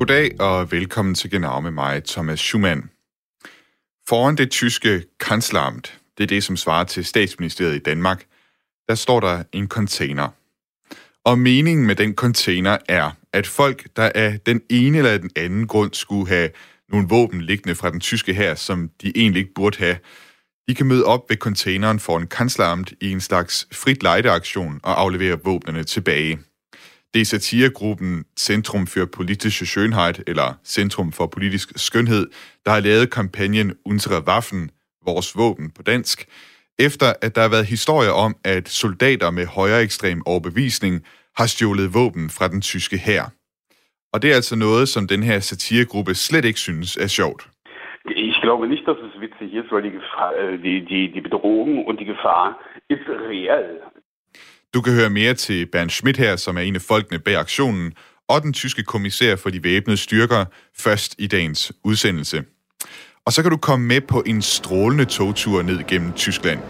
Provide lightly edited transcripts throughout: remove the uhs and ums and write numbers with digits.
Goddag og velkommen til Genau med mig, Thomas Schumann. Foran det tyske Kanzleramt, det er det, som svarer til statsministeriet i Danmark, der står der en container. Og meningen med den container er, at folk, der af den ene eller den anden grund skulle have nogle våben liggende fra den tyske hær, som de egentlig ikke burde have, de kan møde op ved containeren foran Kanzleramt i en slags frit lejdeaktion og aflevere våbnene tilbage. Det er satiregruppen Centrum für politische Schönheit, eller Centrum for politisk skønhed, der har lavet kampagnen Unsere Waffen, vores våben på dansk, efter at der har været historier om, at soldater med højere ekstrem overbevisning har stjålet våben fra den tyske hær. Og det er altså noget, som den her satiregruppe slet ikke synes er sjovt. Ich glaube nicht, dass es witzig ist, weil die Bedrohung und die Gefahr ist real. Du kan høre mere til Bernd Schmidt her, som er en af folkene bag aktionen, og den tyske kommissær for de væbnede styrker, først i dagens udsendelse. Og så kan du komme med på en strålende togtur ned gennem Tyskland.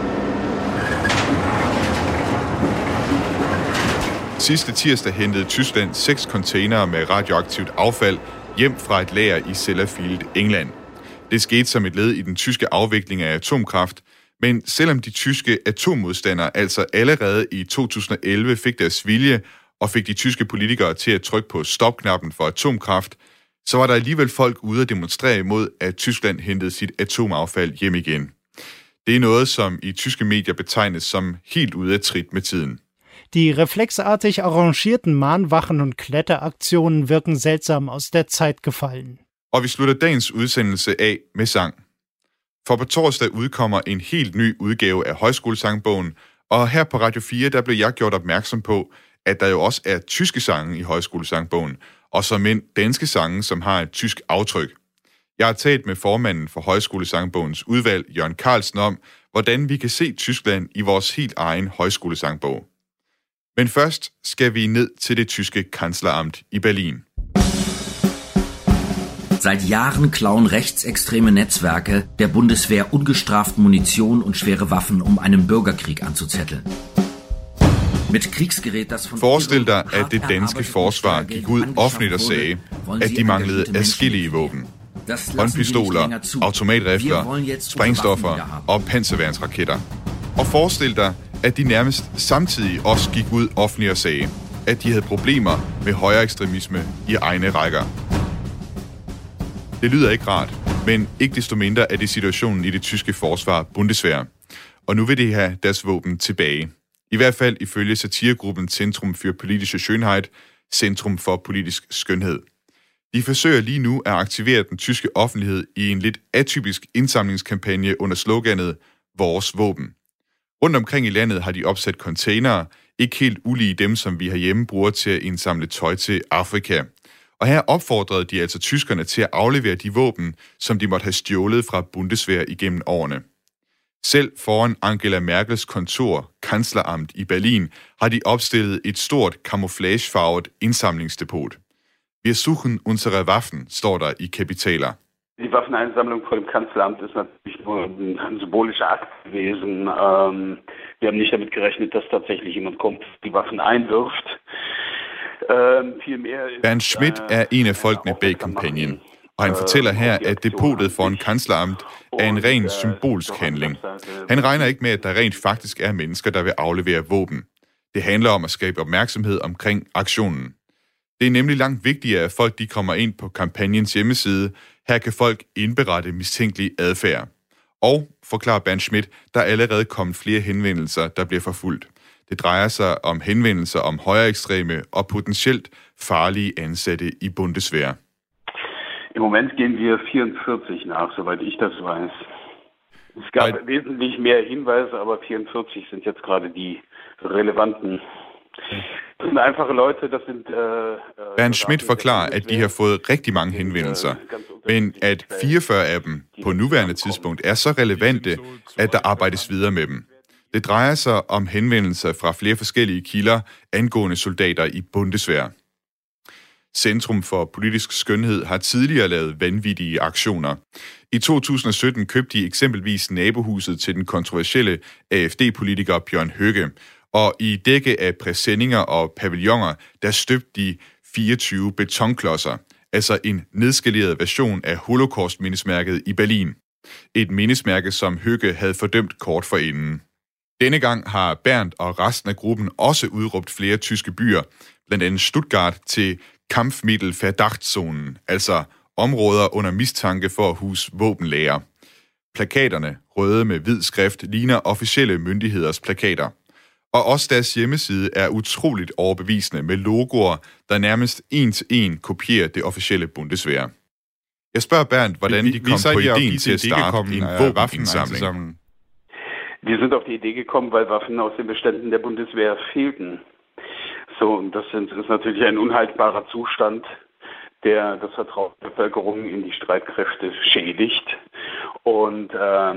Sidste tirsdag hentede Tyskland 6 containere med radioaktivt affald hjem fra et lager i Sellafield, England. Det skete som et led i den tyske afvikling af atomkraft, men selvom de tyske atommodstandere altså allerede i 2011 fik deres vilje og fik de tyske politikere til at trykke på stopknappen for atomkraft, så var der alligevel folk ude at demonstrere imod, at Tyskland hentede sit atomaffald hjem igen. Det er noget, som i tyske medier betegnes som helt ude af trit med tiden. Die reflexartig arrangierten Mahnwachen und Kletteraktionen wirken seltsam aus der Zeit gefallen. Og vi slutter dagens udsendelse af med sang. For på torsdag udkommer en helt ny udgave af Højskolesangbogen, og her på Radio 4, der blev jeg gjort opmærksom på, at der jo også er tyske sange i Højskolesangbogen, og som en danske sange, som har et tysk aftryk. Jeg har talt med formanden for Højskolesangbogens udvalg, Jørgen Carlsen, om, hvordan vi kan se Tyskland i vores helt egen Højskolesangbog. Men først skal vi ned til det tyske Kanzleramt i Berlin. Seit Jahren klauen rechtsextreme Netzwerke der Bundeswehr ungestraft Munition und schwere Waffen, um einen Bürgerkrieg anzuzetteln. Mit Kriegsgerät, das von Forestil dig, at det danske forsvar gik ud offentligt og sagde, at de manglede adskillige våben. Håndpistoler, automatrifler, sprængstoffer og panserværnsraketter. Og forestil dig, at de nærmest samtidig også gik ud offentligt og sagde, at de havde problemer med højere ekstremisme i egne rækker. Det lyder ikke rart, men ikke desto mindre er det situationen i det tyske forsvar Bundeswehr. Og nu vil de have deres våben tilbage. I hvert fald ifølge satiregruppen Centrum für politische Schönheit, Centrum for politisk skønhed. De forsøger lige nu at aktivere den tyske offentlighed i en lidt atypisk indsamlingskampagne under sloganet Vores våben. Rundt omkring i landet har de opsat containere, ikke helt ulige dem, som vi herhjemme bruger til at indsamle tøj til Afrika. Og her opfordrede de altså tyskerne til at aflevere de våben, som de måtte have stjålet fra Bundeswehr igennem årene. Selv foran Angela Merkels kontor, Kanzleramt i Berlin, har de opstillet et stort camouflagefarvet indsamlingsdepot. Wir suchen unsere Waffen, står der i kapitaler. Die Waffeneinsammlung vor dem Kanzleramt ist natürlich nur ein symbolischer Akt gewesen. Wir haben nicht damit gerechnet, dass tatsächlich jemand kommt, die Waffen einwirft. Bernd Schmidt er en af folkene bag kampagnen, og han fortæller her, at depotet foran Kanzleramt er en ren symbolsk handling. Han regner ikke med, at der rent faktisk er mennesker, der vil aflevere våben. Det handler om at skabe opmærksomhed omkring aktionen. Det er nemlig langt vigtigere, at folk de kommer ind på kampagnens hjemmeside. Her kan folk indberette mistænkelig adfærd. Og, forklarer Bernd Schmidt, der er allerede kommet flere henvendelser, der bliver forfulgt. Det drejer sig om henvendelser om højere ekstreme og potentielt farlige ansatte i Bundeswehr. Im Moment gehen wir 44 nach, soweit ich das weiß. Es gab wesentlich mehr Hinweise, aber 44 sind jetzt gerade die relevanten. Das sind einfache Leute, das sind... Bernd Schmidt forklarer, at de har fået rigtig mange henvendelser, men at 44 af dem på nuværende tidspunkt er så relevante, at der arbejdes videre med dem. Det drejer sig om henvendelser fra flere forskellige kilder angående soldater i Bundeswehr. Centrum for politisk skønhed har tidligere lavet vanvittige aktioner. I 2017 købte de eksempelvis nabohuset til den kontroversielle AfD-politiker Bjørn Høcke, og i dække af præsendinger og pavilloner, der støbte de 24 betonklodser, altså en nedskaleret version af Holocaust-mindesmærket i Berlin. Et mindesmærke, som Høcke havde fordømt kort forinden. Denne gang har Berndt og resten af gruppen også udråbt flere tyske byer, blandt andet Stuttgart, til Kampfmittelverdachtszonen, altså områder under mistanke for at huse våbenlager. Plakaterne, røde med hvid skrift, ligner officielle myndigheders plakater. Og også deres hjemmeside er utroligt overbevisende med logoer, der nærmest en til en kopierer det officielle Bundeswehr. Jeg spørger Berndt, hvordan de kom på ideen til at starte en våbenindsamling. Wir sind auf die Idee gekommen, weil Waffen aus den Beständen der Bundeswehr fehlten. So, und das ist natürlich ein unhaltbarer Zustand, der das Vertrauen der Bevölkerung in die Streitkräfte schädigt. Und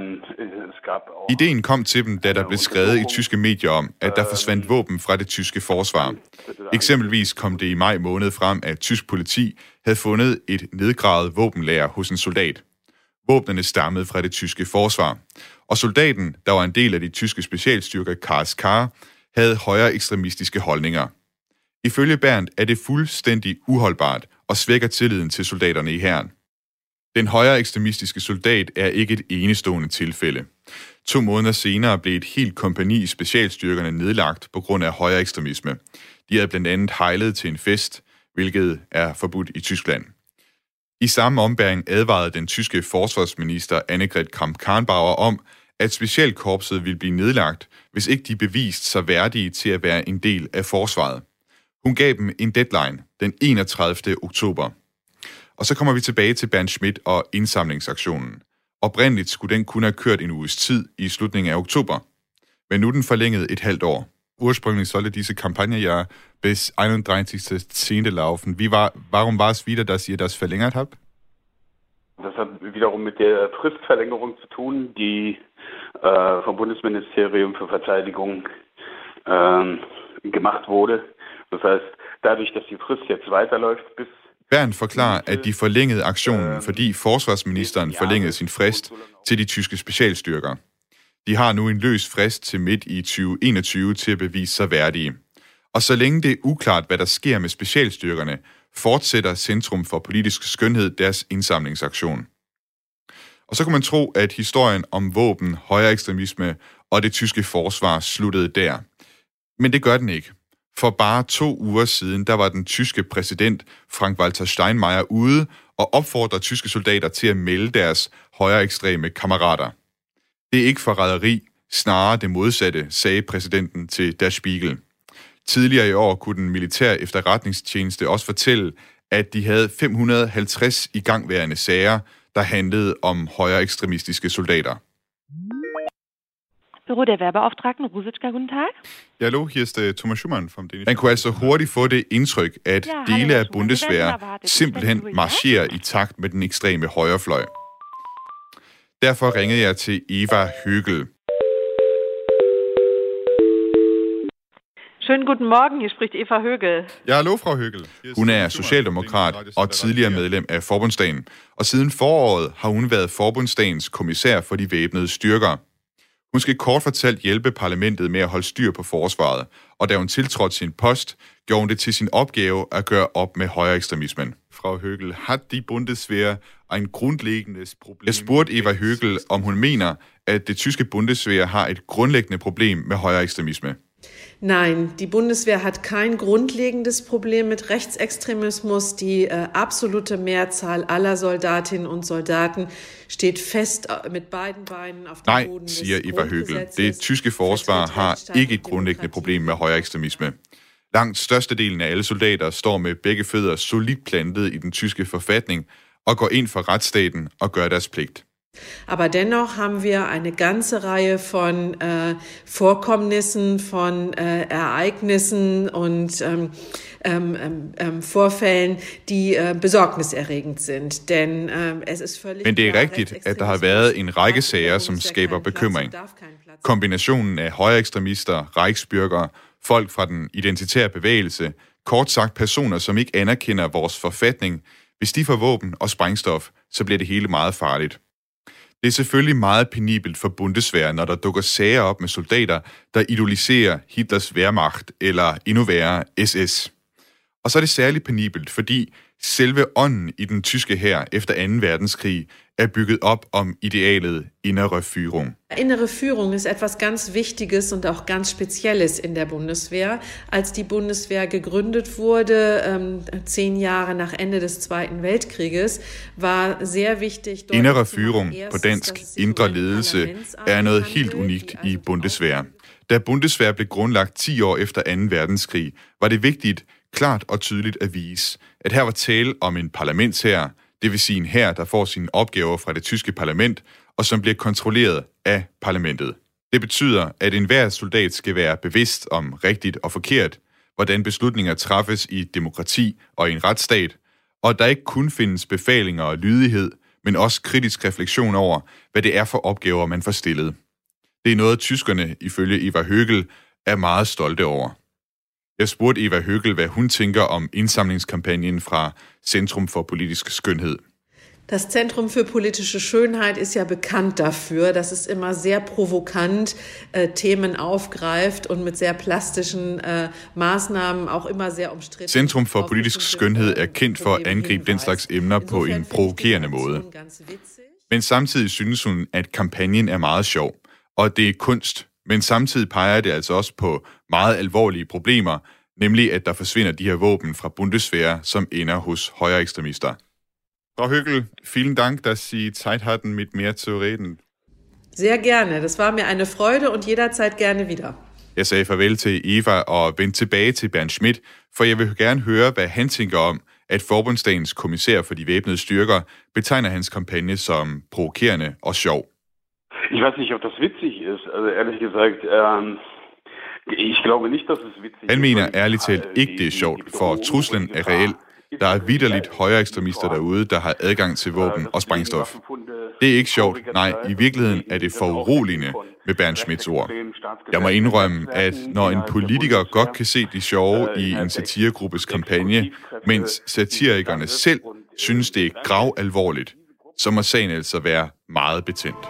es gab auch... Ideen kom til dem, da der blev skrevet i tyske medier om, at der forsvandt våben fra det tyske forsvar. Eksempelvis kom det i maj måned frem, at tysk politi havde fundet et nedgravet våbenlager hos en soldat. Våbnene stammede fra det tyske forsvar. Og soldaten, der var en del af de tyske specialstyrker KSK, havde højere ekstremistiske holdninger. Ifølge Berndt er det fuldstændig uholdbart og svækker tilliden til soldaterne i hæren. Den højere ekstremistiske soldat er ikke et enestående tilfælde. 2 måneder senere blev et helt kompagni i specialstyrkerne nedlagt på grund af højere ekstremisme. De havde blandt andet hejlet til en fest, hvilket er forbudt i Tyskland. I samme ombæring advarede den tyske forsvarsminister Annegret Kramp-Karrenbauer om, at specialkorpset ville blive nedlagt, hvis ikke de beviste sig værdige til at være en del af forsvaret. Hun gav dem en deadline den 31. oktober. Og så kommer vi tilbage til Bernd Schmidt og indsamlingsaktionen. Oprindeligt skulle den kun have kørt en uges tid i slutningen af oktober, men nu er den forlænget et halvt år. Ursprünglich sollte diese Kampagne ja bis 31.10. laufen. Warum war es wieder, dass ihr das verlängert habt? Das hat wiederum mit der Fristverlängerung zu tun, die vom Bundesministerium für Verteidigung gemacht wurde. Das heißt, dadurch, dass die Frist jetzt weiterläuft bis... Bernd forklarer, at de forlængede aktionen, fordi forsvarsministeren forlængede sin frist til de tyske specialstyrker. De har nu en løs frist til midt i 2021 til at bevise sig værdige. Og så længe det er uklart, hvad der sker med specialstyrkerne, fortsætter Centrum for Politisk Skønhed deres indsamlingsaktion. Og så kan man tro, at historien om våben, højere ekstremisme og det tyske forsvar sluttede der. Men det gør den ikke. For bare 2 uger siden, der var den tyske præsident Frank-Walter Steinmeier ude og opfordrer tyske soldater til at melde deres højere ekstreme kammerater. Det er ikke forræderi, snarere det modsatte, sagde præsidenten til Der Spiegel. Tidligere i år kunne den militære efterretningstjeneste også fortælle, at de havde 550 igangværende sager, der handlede om højere ekstremistiske soldater. Büro der Werbeauftragten, Rusitschka, guten Tag. Ja, hallo, hier ist Thomas Schumann vom DNV. Man kunne altså hurtigt få det indtryk, at dele af Bundeswehr simpelthen marcherer i takt med den ekstreme højrefløj. Derfor ringede jeg til Eva Högel. Schönen guten Morgen, hier spricht Eva Högel. Ja, hallo, Frau Högel. Hun er socialdemokrat og tidligere medlem af Forbundsdagen, og siden foråret har hun været Forbundsdagens kommissær for de væbnede styrker. Hun skal kort fortalt hjælpe parlamentet med at holde styr på forsvaret, og da hun tiltrådte sin post, gjorde hun det til sin opgave at gøre op med højere ekstremismen. Frau Högel, hat die Bundeswehr ein grundlegendes Problem? Jeg spurgte Eva Högel, om hun mener, at det tyske Bundeswehr har et grundlæggende problem med højere ekstremisme. Nein, die Bundeswehr hat kein grundlegendes Problem mit Rechtsextremismus. Die absolute Mehrzahl aller Soldatinnen und Soldaten steht fest mit beiden Beinen auf dem Boden des siger Eva Högel. Det tyske forsvar har ikke et grundlæggende problem med højere ekstremisme. Langt størstedelen af alle soldater står med begge fødder solidt plantet i den tyske forfatning og går ind for retsstaten og gør deres pligt. Aber dennoch haben wir eine ganze Reihe von Vorkommnissen, von Ereignissen und Vorfällen, die besorgniserregend sind. Denn es ist völlig... Men det er rigtigt, at der har været en række sager, som skaber bekymring. Kombinationen af højere ekstremister, Reichsbürger, folk fra den identitære bevægelse, kort sagt personer, som ikke anerkender vores forfatning, hvis de får våben og sprængstof, så bliver det hele meget farligt. Det er selvfølgelig meget penibelt for Bundeswehr, når der dukker sager op med soldater, der idoliserer Hitlers Wehrmacht eller endnu værre SS. Og så er det særligt penibelt, fordi Selve ånden i den tyske hær efter 2. verdenskrig er bygget op om idealet innere Führung. Innere Führung ist etwas ganz Wichtiges und auch ganz Spezielles in der Bundeswehr. Als die Bundeswehr gegründet wurde, 10 Jahre nach Ende des Zweiten Weltkrieges, var sehr wichtig... Innere Führung, på dansk indre ledelse, er noget helt unikt i Bundeswehr. Da Bundeswehr blev grundlagt 10 år efter 2. verdenskrig, var det vigtigt klart og tydeligt at vise, at her var tale om en parlamentshær, det vil sige en hær, der får sine opgaver fra det tyske parlament, og som bliver kontrolleret af parlamentet. Det betyder, at enhver soldat skal være bevidst om rigtigt og forkert, hvordan beslutninger træffes i et demokrati og i en retsstat, og at der ikke kun findes befalinger og lydighed, men også kritisk refleksion over, hvad det er for opgaver, man får stillet. Det er noget, tyskerne, ifølge Eva Högel, er meget stolte over. Jeg spurgte Eva Högel, hvad hun tænker om indsamlingskampagnen fra Centrum for Politisk Skønhed. Das Zentrum für politische Schönheit ist ja bekannt dafür, dass es immer sehr provokant Themen aufgreift und mit sehr plastischen Maßnahmen auch immer sehr umstritten. Centrum for Politisk Skønhed er kendt for at angribe den slags emner på en provokerende måde. Men samtidig synes hun, at kampagnen er meget sjov, og det er kunst. Men samtidig peger det altså også på meget alvorlige problemer, nemlig at der forsvinder de her våben fra Bundeswehr, som ender hos højre ekstremister. Frau Högel, vielen Dank, dass Sie Zeit hatten, mit mir zu reden. Sehr gerne. Das war mir eine Freude und jederzeit gerne wieder. Jeg sagde farvel til Eva og vendte tilbage til Bernd Schmidt, for jeg vil gerne høre, hvad han tænker om, at Forbundsdagens kommissær for de væbnede styrker betegner hans kampagne som provokerende og sjov. Ich weiß nicht, ob das witzig ist. Also ehrlich gesagt, ich glaube nicht, dass es witzig ist. Han mener ærligt talt ikke, det er sjovt, for truslen er reel. Der er vitterligt højre ekstremister derude, der har adgang til våben og sprængstof. Det er ikke sjovt. Nej, i virkeligheden er det foruroligende med Bernd Schmidts ord. Jeg må indrømme, at når en politiker godt kan se de sjove i en satiregruppes kampagne, mens satirikerne selv synes, det er gravalvorligt, så må sagen altså være meget betændt.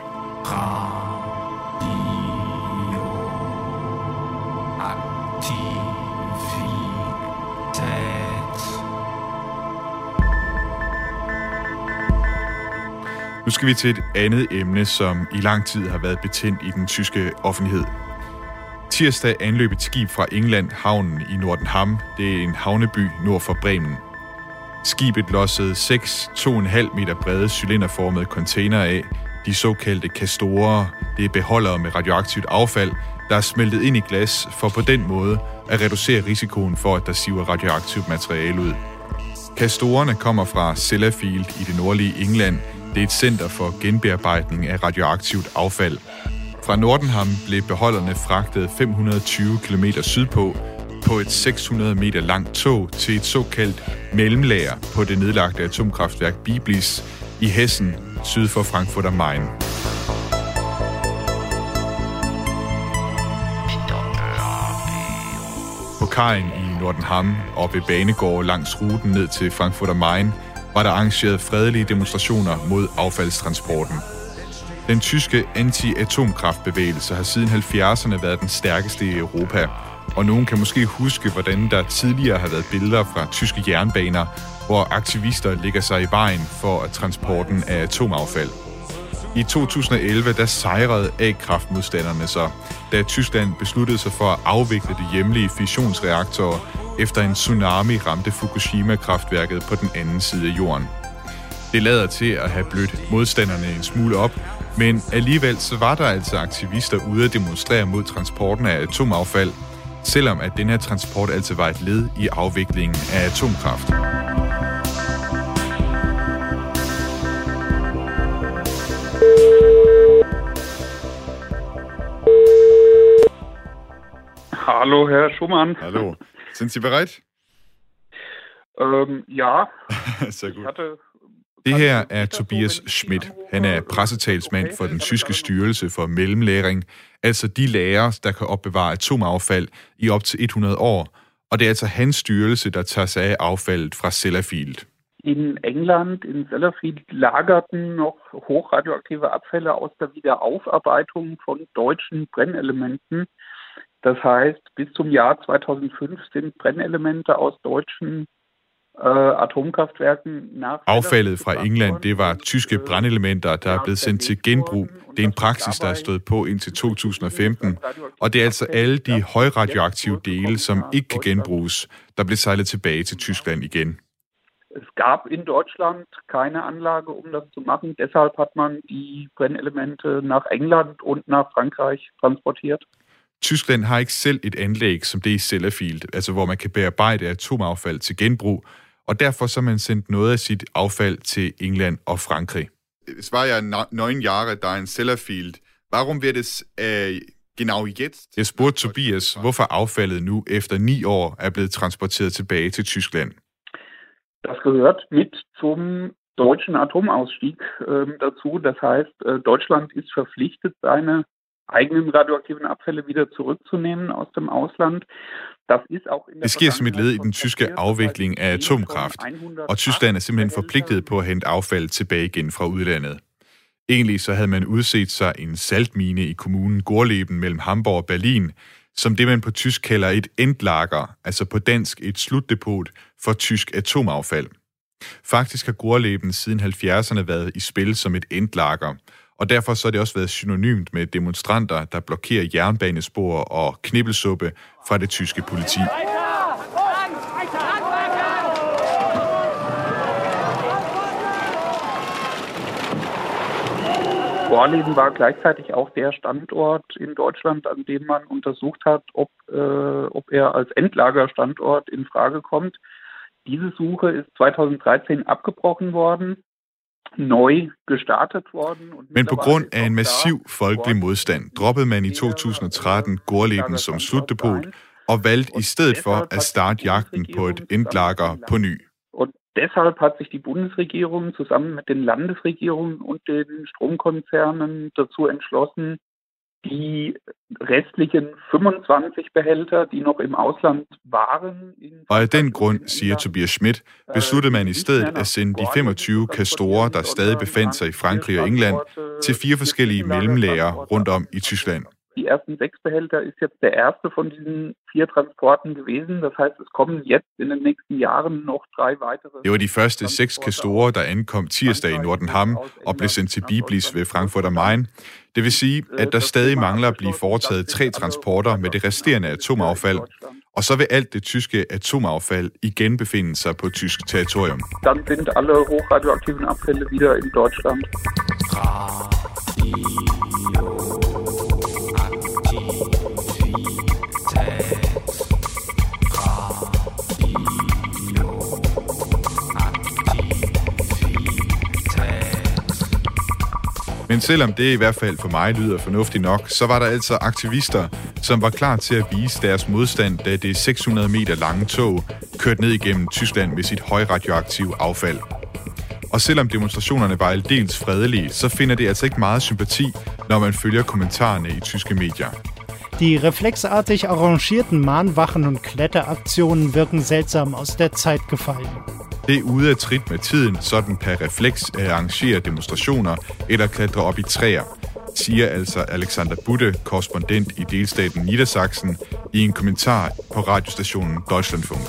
Nu skal vi til et andet emne, som i lang tid har været betændt i den tyske offentlighed. Tirsdag anløb et skib fra England havnen i Nordenham. Det er en havneby nord for Bremen. Skibet lossede 6 2,5 meter brede cylinderformede containere af, de såkaldte kastorer. Det er beholdere med radioaktivt affald, der er smeltet ind i glas for på den måde at reducere risikoen for, at der siver radioaktivt materiale ud. Kastorerne kommer fra Sellafield i det nordlige England. Det er et center for genbearbejdning af radioaktivt affald. Fra Nordenham blev beholderne fragtet 520 km sydpå på et 600 meter langt tog til et såkaldt mellemlager på det nedlagte atomkraftværk Biblis i Hessen, syd for Frankfurt am Main. På kajen i Nordenham og ved banegårde langs ruten ned til Frankfurt am Main var der arrangeret fredelige demonstrationer mod affaldstransporten. Den tyske anti-atomkraftbevægelse har siden 70'erne været den stærkeste i Europa, og nogen kan måske huske, hvordan der tidligere har været billeder fra tyske jernbaner, hvor aktivister lægger sig i vejen for transporten af atomaffald. I 2011 der sejrede A-kraftmodstanderne så, da Tyskland besluttede sig for at afvikle de hjemlige fissionsreaktorer, efter en tsunami ramte Fukushima-kraftværket på den anden side af jorden. Det lader til at have blødt modstanderne en smule op, men alligevel så var der altså aktivister ude at demonstrere mod transporten af atomaffald, selvom at den her transport altså var et led i afviklingen af atomkraft. Hallo, Herr Schumann. Hallo. Sind Sie bereit? Ja. Sehr gut. Det her er Tobias Schmidt. Han er pressetalsmand for den tyske styrelse for mellemlagring, altså de lagre, der kan opbevare atomaffald i op til 100 år. Og det er altså hans styrelse, der tager sig af affaldet fra Sellafield. In England, in Sellafield, lagerten noch hochradioaktive Abfälle aus der Wiederaufarbeitung von deutschen Brennelementen. Das heißt, bis zum Jahr 2005 sind Brennelemente aus deutschen Atomkraftværken nach... Affaldet fra England, det var tyske brændelementer, der er blevet sendt til genbrug. Det er en praksis, der er stået på indtil 2015. Og det er altså alle de højradioaktive dele, som ikke kan genbruges, der blev sejlet tilbage til Tyskland igen. Es gab in Deutschland keine Anlage, um das zu machen. Deshalb hat man die Brennelemente nach England und nach Frankreich transportiert. Tyskland har ikke selv et anlæg som det i Sellafield, altså hvor man kan bearbejde atomaffald til genbrug, og derfor så har man sendt noget af sit affald til England og Frankrig. Es war ja 9 Jahre da in Sellafield. Warum wird es genau jetzt? Jeg spurgte Tobias, hvorfor affaldet nu efter 9 år er blevet transporteret tilbage til Tyskland. Das gehört mit zum deutschen Atomausstieg dazu. Das heißt, Deutschland ist verpflichtet, seine eigenen radioaktiven Abfälle wieder zurückzunehmen aus dem Ausland. Das ist auch in der det sker som et led i den tyske afvikling af atomkraft, og Tyskland er simpelthen forpligtet på at hente affald tilbage igen fra udlandet. Egentlig så havde man udset sig en saltmine i kommunen Gorleben mellem Hamburg og Berlin, som det man på tysk kalder et Endlager, altså på dansk et slutdepot for tysk atomaffald. Faktisk har Gorleben siden 70'erne været i spil som et Endlager, og derfor så har det også været synonymt med demonstranter, der blokerer jernbanespor og knibbelsuppe fra det tyske politi. Gorleben war gleichzeitig auch der Standort in Deutschland, an dem man untersucht hat, ob er als Endlagerstandort in Frage kommt. Diese Suche ist 2013 abgebrochen worden, neu gestartet worden. Men på grund af en massiv folkelig modstand droppede man i 2013 Gorleben som slutdepot og valgte i stedet for at starte jagten på et endlager på ny. Deshalb hat sich die Bundesregierung zusammen mit den Landesregierungen und den Stromkonzernen dazu entschlossen, die restlichen 25 Behälter, die noch im Ausland waren... Og af den grund, siger Tobias Schmidt, besluttede man i stedet at sende de 25 kastorer, der stadig befandt sig i Frankrig og England, til 4 forskellige mellemlagre rundt om i Tyskland. Die ersten 6 Behälter ist jetzt der erste von diesen 4 Transporten gewesen. Das heißt, es kommen jetzt in den nächsten Jahren noch 3 weitere... Det var de første 6 kastorer, der ankom tirsdag i Nordenham og blev sendt til Biblis ved Frankfurt am Main. Det vil sige, at der stadig mangler at blive foretaget 3 transporter med det resterende atomaffald, og så vil alt det tyske atomaffald igen befinde sig på tysk territorium. Dann sind alle hochradioaktiven Abfälle wieder in Deutschland. Men selvom det i hvert fald for mig lyder fornuftigt nok, så var der altså aktivister, som var klar til at vise deres modstand, da det 600 meter lange tog kørte ned igennem Tyskland med sit højradioaktive affald. Og selvom demonstrationerne var aldeles fredelige, så finder det altså ikke meget sympati, når man følger kommentarerne i tyske medier. Die reflexartig arrangierten Mahnwachen und Kletteraktionen wirken seltsam aus der Zeit gefallen. Det er ude af trit med tiden, sådan per refleks at arrangere demonstrationer eller klatre op i træer, siger altså Alexander Budde, korrespondent i delstaten Niedersachsen, i en kommentar på radiostationen Deutschlandfunk.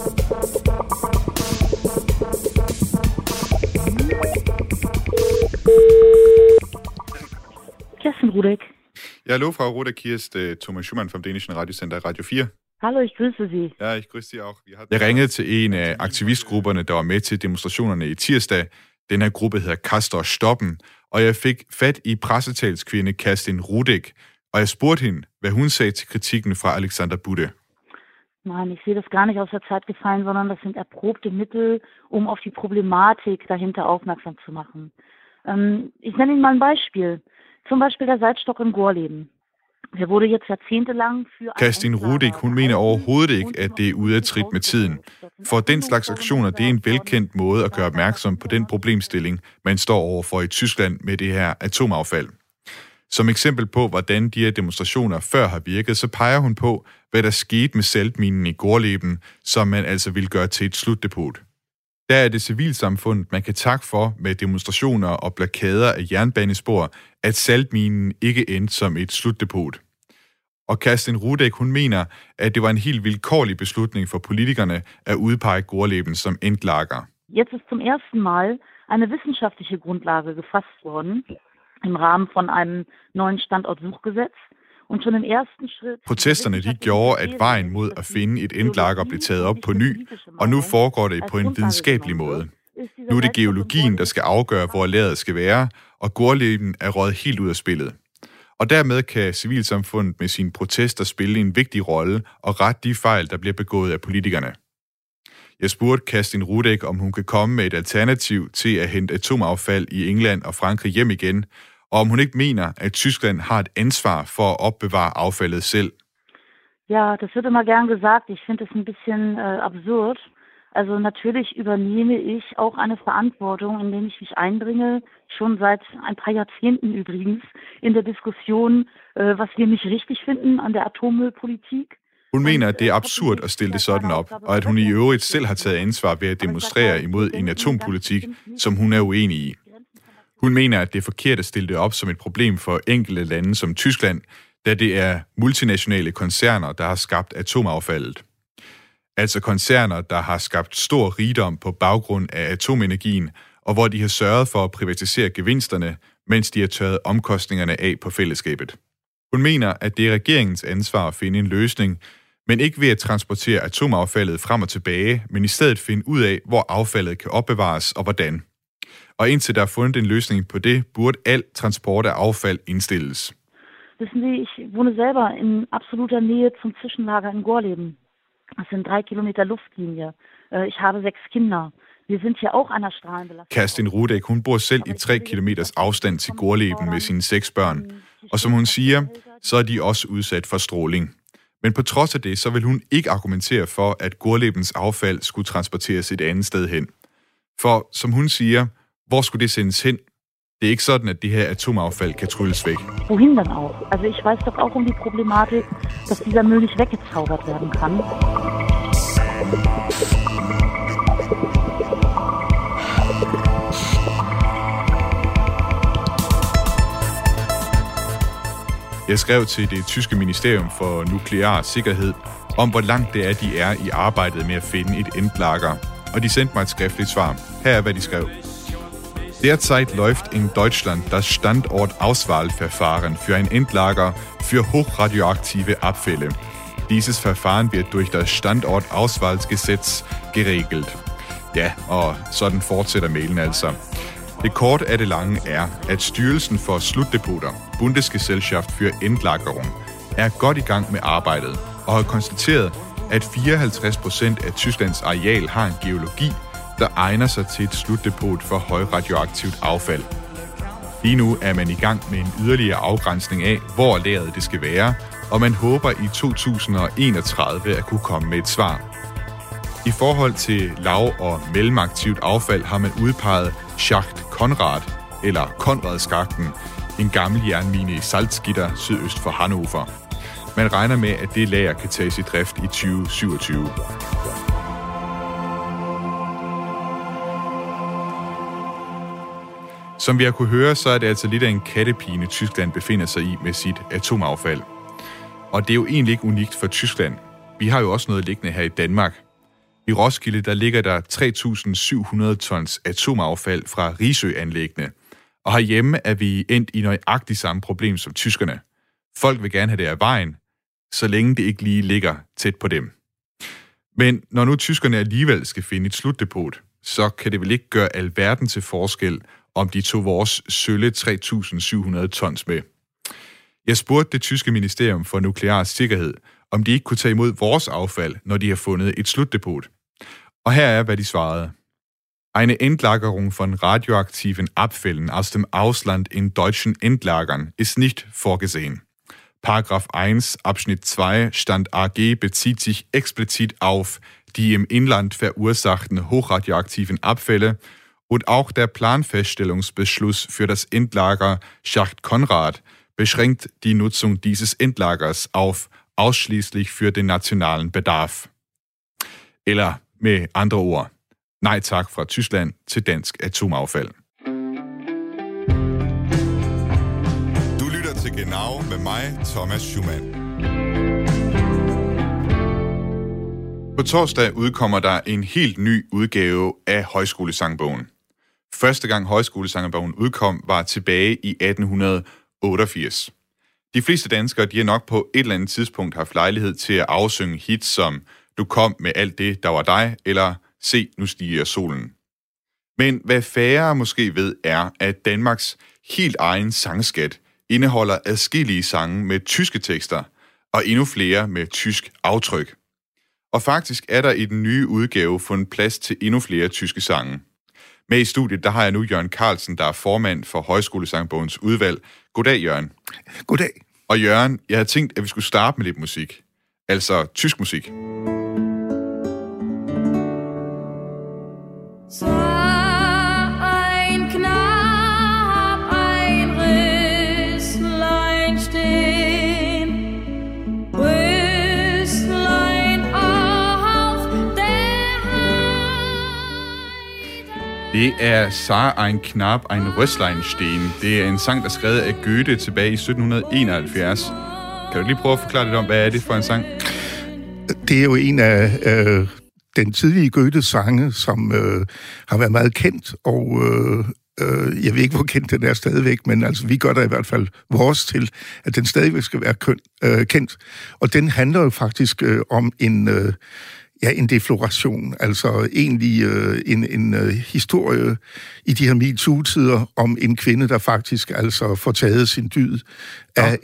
Kirsten Rudek. Ja, hallo, Frau Rudek, hier ist Thomas Schumann vom dänischen Radiosender Radio 4. Hallo, ich grüße Sie. Ja, ich grüße Sie auch. Jeg ringede til en af aktivistgrupperne, der var med til demonstrationerne i tirsdag. Den her gruppe hedder Kaster Stoppen, og jeg fik fat i pressetalskvinde Kerstin Rudek, og jeg spurgte hende, hvad hun sagde til kritikken fra Alexander Budde. Nein, ich sehe das gar nicht aus der Zeit gefallen, sondern das sind erprobte Mittel, um auf die Problematik dahinter aufmerksam zu machen. Ich nenne Ihnen mal ein Beispiel. Zum Beispiel der Salzstock in Gorleben. Der wurde jetzt jahrzehntelang für... Kerstin Rudek, hun mener overhovedet ikke, at det er ude af trit med tiden. For den slags aktioner, det er en velkendt måde at gøre opmærksom på den problemstilling, man står overfor i Tyskland med det her atomaffald. Som eksempel på, hvordan de her demonstrationer før har virket, så peger hun på, hvad der skete med saltminen i Gorleben, som man altså vil gøre til et slutdepot. Der er det civilsamfundet, man kan takke for med demonstrationer og blokader af jernbanespor, at saltminen ikke endte som et slutdepot. Og Kerstin Rudek, hun mener, at det var en helt vilkårlig beslutning for politikerne at udpege Gorleben som Endlager. Jetzt ist zum ersten Mal eine wissenschaftliche Grundlage gefasst worden im Rahmen von einem neuen Standortsuchgesetz. Protesterne de gjorde, at vejen mod at finde et endlager blev taget op på ny, og nu foregår det på en videnskabelig måde. Nu er det geologien, der skal afgøre, hvor lageret skal være, og Gorleben er røget helt ud af spillet. Og dermed kan civilsamfundet med sine protester spille en vigtig rolle og rette de fejl, der bliver begået af politikerne. Jeg spurgte Kerstin Rudek, om hun kan komme med et alternativ til at hente atomaffald i England og Frankrig hjem igen, og om hun ikke mener, at Tyskland har et ansvar for at opbevare affaldet selv. Ja, das wird immer gern gesagt. Ich finde es ein bisschen absurd. Also natürlich übernehme ich auch eine Verantwortung, indem ich mich einbringe, schon seit ein paar Jahrzehnten übrigens, in der Diskussion, was wir nicht richtig finden an der Atommüllpolitik. Hun mener, at det er absurd at stille det sådan op, og at hun i øvrigt selv har taget ansvar ved at demonstrere imod en atompolitik, som hun er uenig i. Hun mener, at det er forkert at stille det op som et problem for enkelte lande som Tyskland, da det er multinationale koncerner, der har skabt atomaffaldet. Altså koncerner, der har skabt stor rigdom på baggrund af atomenergien, og hvor de har sørget for at privatisere gevinsterne, mens de har tørret omkostningerne af på fællesskabet. Hun mener, at det er regeringens ansvar at finde en løsning, men ikke ved at transportere atomaffaldet frem og tilbage, men i stedet finde ud af, hvor affaldet kan opbevares og hvordan. Og indtil der er fundet en løsning på det, burde al transport af affald indstilles. Wissen Sie, ich wohne selber in absoluter Nähe zum Zwischenlager in Gorleben. Das sind 3 Kilometer Luftlinie. Ich habe 6 Kinder. Wir sind hier auch einer Strahlenbelastung. Kerstin Rudek, hun bor selv i 3 kilometers afstand til Gorleben med sine 6 børn. Og som hun siger, så er de også udsat for stråling. Men på trods af det, så vil hun ikke argumentere for, at Gorlebens affald skulle transporteres et andet sted hen. For som hun siger, hvor skulle det sendes hen? Det er ikke sådan, at det her atomaffald kan trylles væk. Wohin denn auch? Also ich weiß doch auch die Problematik, dass dieser Müll nicht weggezaubert werden kann. Jeg skrev til det tyske ministerium for nuklear sikkerhed om, hvor langt det er, de er i arbejdet med at finde et Endlager, og de sendte mig et skriftligt svar. Her er, hvad de skrev. Derzeit läuft in Deutschland das Standortauswahlverfahren für ein Endlager für hochradioaktive Abfälle. Dieses Verfahren wird durch das Standortauswahlsgesetz geregelt. Ja, og sådan fortsætter mailen altså. Det kort af det lange er, at Styrelsen for Slutdepoter, Bundesgesellschaft für Endlagerung, er godt i gang med arbejdet og har konstateret, at 54% af Tysklands areal har en geologi, der egner sig til et slutdepot for højradioaktivt affald. Lige nu er man i gang med en yderligere afgrænsning af, hvor lageret det skal være, og man håber i 2031 at kunne komme med et svar. I forhold til lav- og mellemaktivt affald har man udpeget Schacht Konrad, eller Konradskakten, en gammel jernmine i Salzgitter sydøst for Hannover. Man regner med, at det lager kan tages i drift i 2027. Som vi har kunne høre, så er det altså lidt af en kattepine, Tyskland befinder sig i med sit atomaffald. Og det er jo egentlig ikke unikt for Tyskland. Vi har jo også noget liggende her i Danmark. I Roskilde, der ligger der 3.700 tons atomaffald fra Risø-anlæggene. Og herhjemme er vi endt i nøjagtigt samme problem som tyskerne. Folk vil gerne have det af vejen, så længe det ikke lige ligger tæt på dem. Men når nu tyskerne alligevel skal finde et slutdepot, så kan det vel ikke gøre alverden til forskel, om de tog vores sølle 3.700 tons med. Jeg spurgte det tyske ministerium for nuklear sikkerhed, om de ikke kunne tage imod vores affald, når de har fundet et slutdepot. Og her er, hvad de svarede. Eine Endlagerung von radioaktiven Abfällen aus dem Ausland in deutschen Endlagern ist nicht vorgesehen. Paragraph 1 Abschnitt 2 Stand AG bezieht sich explizit auf die im Inland verursachten hochradioaktiven Abfälle und auch der Planfeststellungsbeschluss für das Endlager Schacht Konrad beschränkt die Nutzung dieses Endlagers auf ausschließlich für den nationalen Bedarf. Eller med andre ord, nej tak fra Tyskland til dansk atomaffald. Du lytter til Genau med mig, Thomas Schumann. På torsdag udkommer der en helt ny udgave af Højskolesangbogen. Første gang Højskolesangbogen udkom var tilbage i 1888. De fleste danskere de har nok på et eller andet tidspunkt haft lejlighed til at afsynge hits som Du kom med alt det, der var dig, eller Se, nu stiger solen. Men hvad færre måske ved er, at Danmarks helt egen sangskat indeholder adskillige sange med tyske tekster, og endnu flere med tysk aftryk. Og faktisk er der i den nye udgave fundet plads til endnu flere tyske sange. Med i studiet, der har jeg nu Jørgen Carlsen, der er formand for Højskolesangbogens udvalg. Goddag, Jørgen. Goddag. Og Jørgen, jeg havde tænkt, at vi skulle starte med lidt musik. Altså tysk musik. Det er Sah ein Knab, ein Rössleinstehen. Det er en sang, der er skrevet af Goethe tilbage i 1771. Kan du lige prøve at forklare lidt om, hvad er det for en sang? Det er jo en af den tidlige Goethes sange, som har været meget kendt, og jeg ved ikke, hvor kendt den er stadigvæk, men altså, vi gør der i hvert fald vores til, at den stadigvæk skal være kendt. Og den handler jo faktisk om en defloration, altså egentlig en historie i de her MeToo-tider om en kvinde, der faktisk altså får taget sin dyd af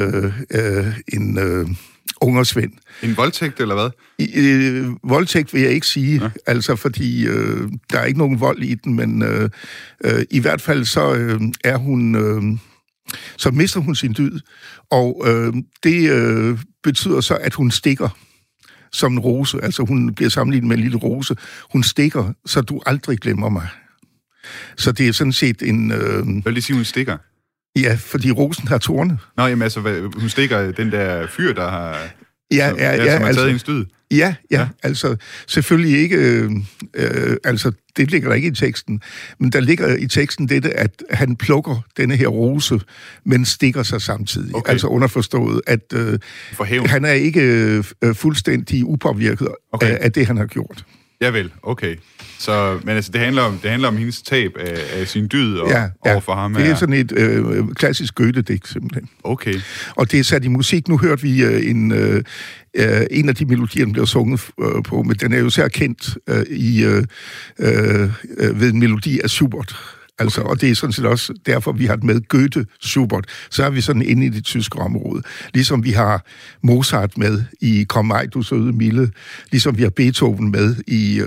en ungersvend. En voldtægt, eller hvad? Voldtægt vil jeg ikke sige, altså fordi der er ikke nogen vold i den, men i hvert fald så er hun... så mister hun sin dyd, og det betyder så, at hun stikker som en rose. Altså hun bliver sammenlignet med en lille rose. Hun stikker, så du aldrig glemmer mig. Så det er sådan set en... Hvad vil det sige, hun stikker? Ja, fordi rosen har torne. Nå, jamen altså, hun stikker den der fyr, der har... som har taget en styd. Ja, altså selvfølgelig ikke, altså det ligger der ikke i teksten, men der ligger i teksten dette, at han plukker denne her rose, men stikker sig samtidig. Okay. Altså underforstået, at han er ikke fuldstændig upåvirket af det, han har gjort. Ja vel, okay. Så, men altså, det handler om hendes tab af sin dyd overfor ham. Det er sådan et klassisk Goethe-digt, simpelthen. Okay. Og det er sat i musik. Nu hørte vi en af de melodier, den bliver sunget på, men den er jo særligt kendt ved en melodi af Schubert. Altså, og det er sådan set også derfor, vi har det med Goethe, Schubert. Så er vi sådan inde i det tyske område. Ligesom vi har Mozart med i Kom mig, du søde milde. Ligesom vi har Beethoven med i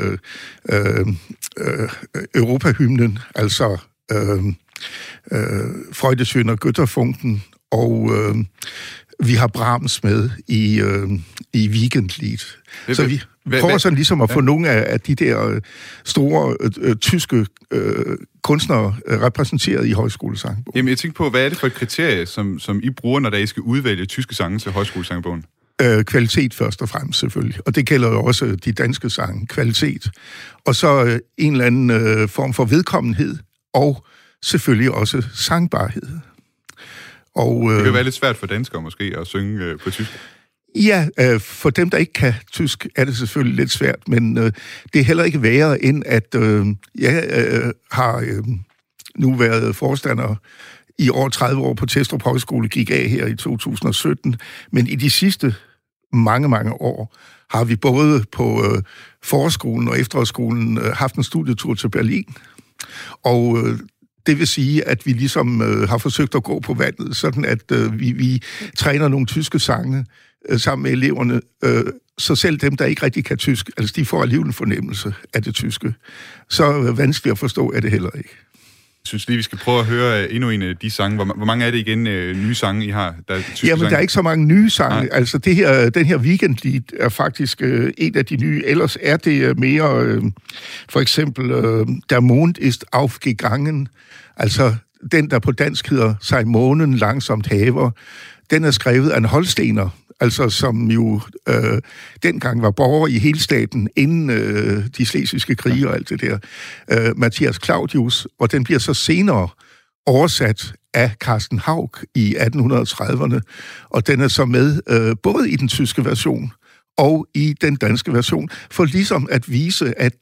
Europahymnen. Altså Freudeschöner Götterfunken. Og vi har Brahms med i Weekendlied. Så vi prøver sådan ligesom at få nogle af de der store tyske kunstnere repræsenteret i Højskolesangbogen. Jamen, jeg tænker på, hvad er det for et kriterie, som I bruger, når I skal udvælge tyske sange til Højskolesangbogen? Kvalitet først og fremmest selvfølgelig, og det gælder jo også de danske sange. Kvalitet. Og så en eller anden form for vedkommenhed, og selvfølgelig også sangbarhed. Og, det kan være lidt svært for danskere måske at synge på tysk. Ja, for dem, der ikke kan tysk, er det selvfølgelig lidt svært, men det er heller ikke værre, end at jeg har nu været forstander i over 30 år på Testrup Højskole, gik af her i 2017, men i de sidste mange år har vi både på forskolen og efterårsskolen haft en studietur til Berlin, og det vil sige, at vi ligesom har forsøgt at gå på vandet, sådan at vi træner nogle tyske sange sammen med eleverne, så selv dem, der ikke rigtig kan tysk, altså de får alligevel en fornemmelse af det tyske. Så vanskeligt at forstå er det heller ikke. Jeg synes lige, vi skal prøve at høre endnu en af de sange. Hvor mange er det igen nye sange, I har? Der er tyske Jamen, sange? der er ikke så mange nye sange. Nej. Altså, den her Weekendlied er faktisk en af de nye. Ellers er det mere, for eksempel, Der Mond ist aufgegangen. Altså, den, der på dansk hedder Sig månen langsomt haver. Den er skrevet af en holstener, altså som jo dengang var borger i hele staten, inden de slesvigske krige og alt det der. Matthias Claudius, og den bliver så senere oversat af Carsten Hauch i 1830'erne, og den er så med både i den tyske version og i den danske version, for ligesom at vise, at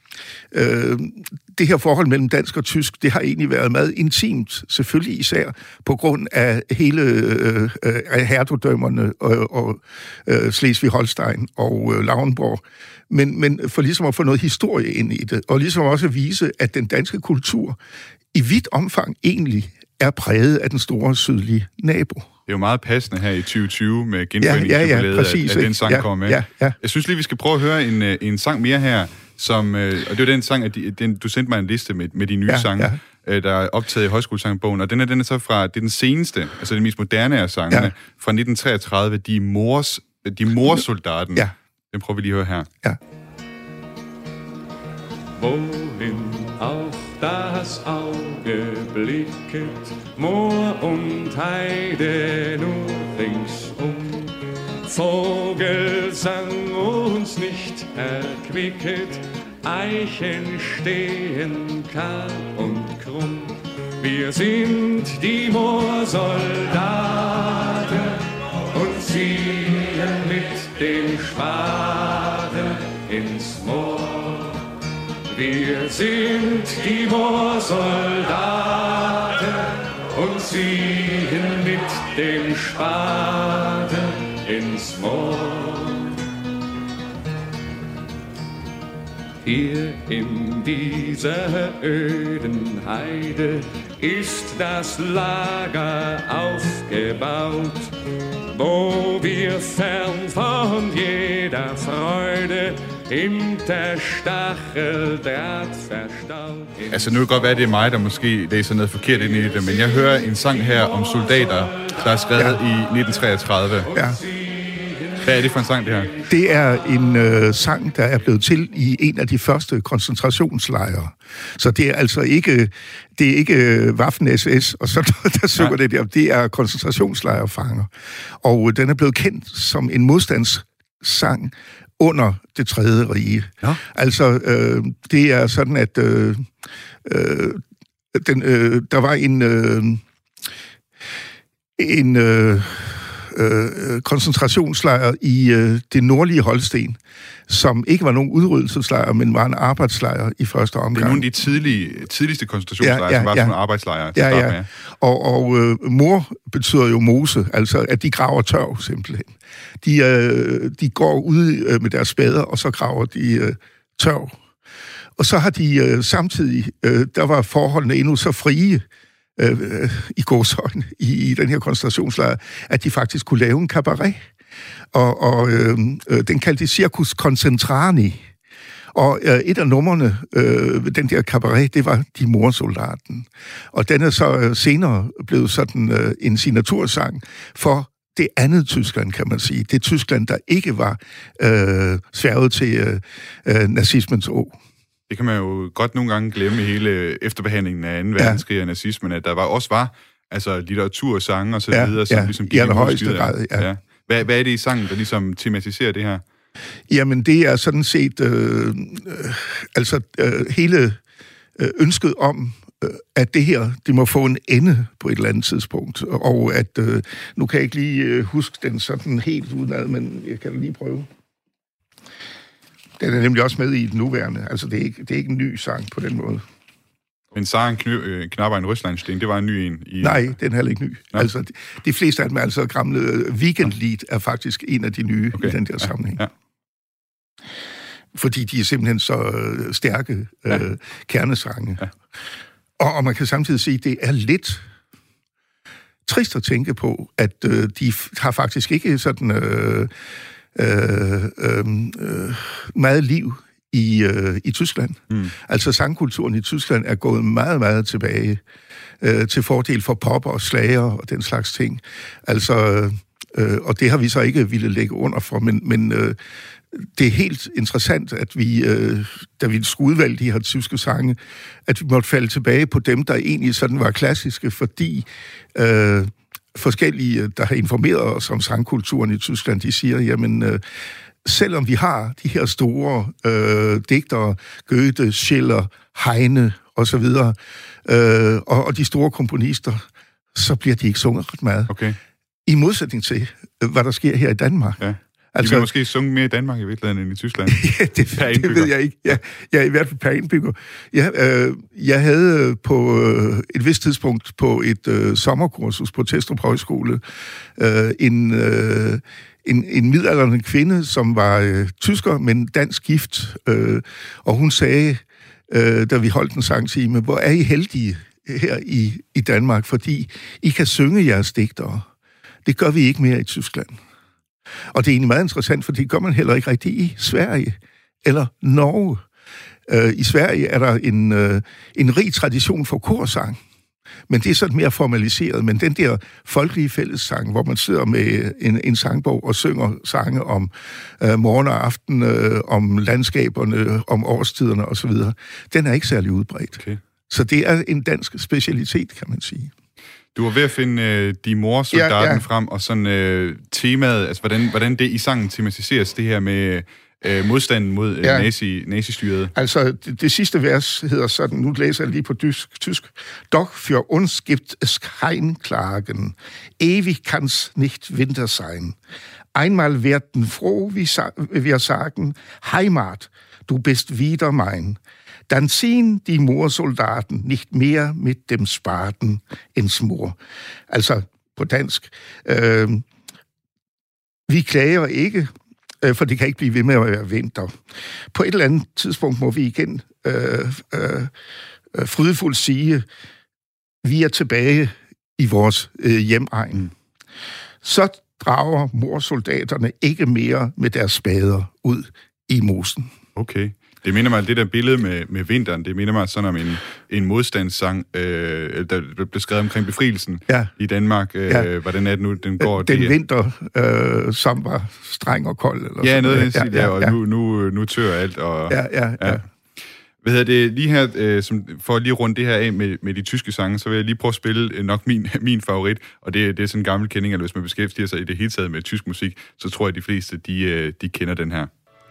det her forhold mellem dansk og tysk, det har egentlig været meget intimt, selvfølgelig især på grund af hele hertugdømmerne og Slesvig-Holstein og Lauenborg, men for ligesom at få noget historie ind i det, og ligesom også at vise, at den danske kultur i vidt omfang egentlig er præget af den store sydlige nabo. Det er jo meget passende her i 2020 med genforeningsjubilæet, at den sang kommer med. Ja. Jeg synes lige, vi skal prøve at høre en sang mere her, som, og det er den sang, at du sendte mig en liste med de nye sange, der er optaget i Højskolesangbogen, og den er så fra, det er den seneste, altså den mest moderne af sangene, fra 1933, De Morsoldaten. Ja. Den prøver vi lige at høre her. Ja. Wohin auch das Auge blicket, Moor und Heide nur ringsum. Vogelsang uns nicht erquicket, Eichen stehen kahl und krumm. Wir sind die Moorsoldaten und ziehen mit dem Spaten ins Moor. Wir sind die Moorsoldaten und ziehen mit dem Spaten ins Moor. Hier in dieser öden Heide ist das Lager aufgebaut, wo wir fern von jeder Freude im der Stacheldraht verstaut. Altså, nu kan det godt være, at det er mig, der måske læser noget forkert ind i det, men jeg hører en sang her om soldater, der er skrevet i 1933. Ja. Hvad er det for en sang, det her? Det er en sang, der er blevet til i en af de første koncentrationslejre. Så det er altså ikke Waffen-SS, og så der synger det der. Det er koncentrationslejrefanger. Og den er blevet kendt som en modstandssang under det tredje rige. Ja. Altså, det er sådan, at der var en koncentrationslejr i det nordlige Holsten, som ikke var nogen udryddelseslejr, men var en arbejdslejr i første omgang. Det er nogle af de tidligste koncentrationslejre, som var sådan nogle arbejdslejre. Ja. Og mor betyder jo mose, altså at de graver tørv simpelthen. De går ud med deres spader, og så graver de tørv. Og så har de samtidig, der var forholdene endnu så frie, i gåsøjne i den her koncentrationslejr, at de faktisk kunne lave en cabaret. Og den kaldte de Circus Concentrani. Og et af numrene ved den der cabaret, det var De Morsoldaten. Og den er så senere blevet sådan en signatursang for det andet Tyskland, kan man sige. Det Tyskland, der ikke var sværget til nazismens å. Det kan man jo godt nogle gange glemme i hele efterbehandlingen af 2. verdenskrig og nazismen, at der var altså litteratur, sange og så videre, som ligesom gik i allerhøjeste grad. Ja. Hvad er det i sangen, der ligesom tematiserer det her? Jamen, det er sådan set hele ønsket om, at det her, det må få en ende på et eller andet tidspunkt, og at, nu kan jeg ikke lige huske den sådan helt udenad, men jeg kan lige prøve. Den er nemlig også med i den nuværende. Altså, det er ikke en ny sang på den måde. Men Saren Knapper en Røslandsten, det var en ny en? Nej, den er heller ikke ny. Nej. Altså, de fleste af dem er altså gamle. Weekendlied er faktisk en af de nye i den der sammenhæng. Ja. Fordi de er simpelthen så stærke kernesange. Ja. Og man kan samtidig sige, at det er lidt trist at tænke på, at de har faktisk ikke sådan meget liv i Tyskland. Altså sangkulturen i Tyskland er gået meget, meget tilbage til fordel for pop og slager og den slags ting. Altså, og det har vi så ikke ville lægge under for, men det er helt interessant, at vi, da vi skulle udvælge de her tyske sange, at vi måtte falde tilbage på dem, der egentlig sådan var klassiske, fordi forskellige, der har informeret os om sangkulturen i Tyskland, de siger, jamen, selvom vi har de her store digtere, Goethe, Schiller, Heine og så videre, og de store komponister, så bliver de ikke sunget ret meget. Okay. I modsætning til, hvad der sker her i Danmark. Ja. De vil måske sunge mere i Danmark i virkeligheden end i Tyskland. Ja, det ved jeg ikke. Ja, i hvert fald per indbygger. Jeg havde på et vist tidspunkt på et sommerkursus på Testrup Højskole en midaldrende kvinde, som var tysker, men dansk gift. Og hun sagde, da vi holdt en sangtime, hvor er I heldige her i Danmark, fordi I kan synge jeres digtere. Det gør vi ikke mere i Tyskland. Og det er egentlig meget interessant, for det gør man heller ikke rigtigt i Sverige eller Norge. I Sverige er der en rig tradition for korsang, men det er sådan mere formaliseret. Men den der folkelige fællessang, hvor man sidder med en sangbog og synger sange om morgen og aften, om landskaberne, om årstiderne osv., den er ikke særlig udbredt. Okay. Så det er en dansk specialitet, kan man sige. Du var ved at finde de morsoldaten frem, og sådan temaet, altså hvordan det i sangen tematiseres, det her med modstanden mod nazistyret. Altså, det sidste vers hedder sådan, nu læser jeg lige på tysk. Doch für uns gibt es kein Klagen. Ewig kann's nicht Winter sein. Einmal werden froh, wir sagen, Heimat, du bist wieder mein. Dann ziehen die Moorsoldaten nicht mehr mit dem Spaten ins Moor. Altså på dansk. Vi klager ikke, for det kan ikke blive ved med at være vinter. På et eller andet tidspunkt må vi igen frydefuldt sige, vi er tilbage i vores hjemegn. Så drager morsoldaterne ikke mere med deres spader ud i mosen. Okay. Det minder mig, det der billede med vinteren, det minder mig sådan om en modstandssang, der blev skrevet omkring befrielsen i Danmark. Hvordan er det nu, den går? Den vinter, som var streng og kold. Eller ja, noget af den stil, og nu tør alt. Og, Hvad hedder det, lige her, for at lige runde det her af med de tyske sange, så vil jeg lige prøve at spille nok min favorit, og det er sådan en gammel kending, at hvis man beskæftiger sig i det hele taget med tysk musik, så tror jeg, at de fleste, de kender den her.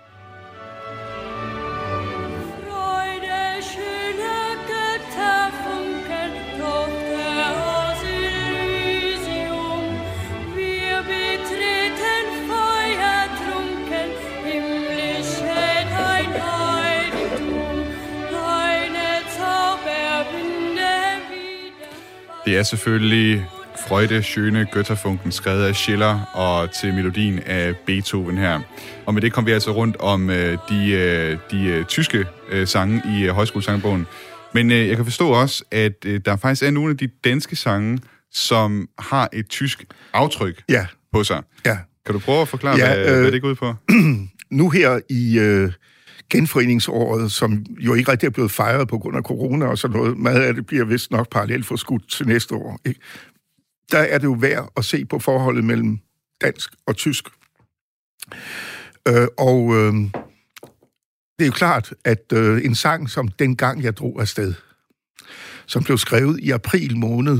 Det er selvfølgelig Freude, schöne Götterfunken, skrevet af Schiller og til melodien af Beethoven her. Og med det kom vi altså rundt om de tyske sange i højskolesangbogen. Men jeg kan forstå også, at der faktisk er nogle af de danske sange, som har et tysk aftryk på sig. Ja. Kan du prøve at forklare, hvad det går ud på? Nu her i genforeningsåret, som jo ikke rigtig er blevet fejret på grund af corona og sådan noget, meget af det bliver vist nok parallelt forskudt til næste år, ikke? Der er det jo værd at se på forholdet mellem dansk og tysk. Det er jo klart, at en sang som Dengang jeg drog afsted, som blev skrevet i april måned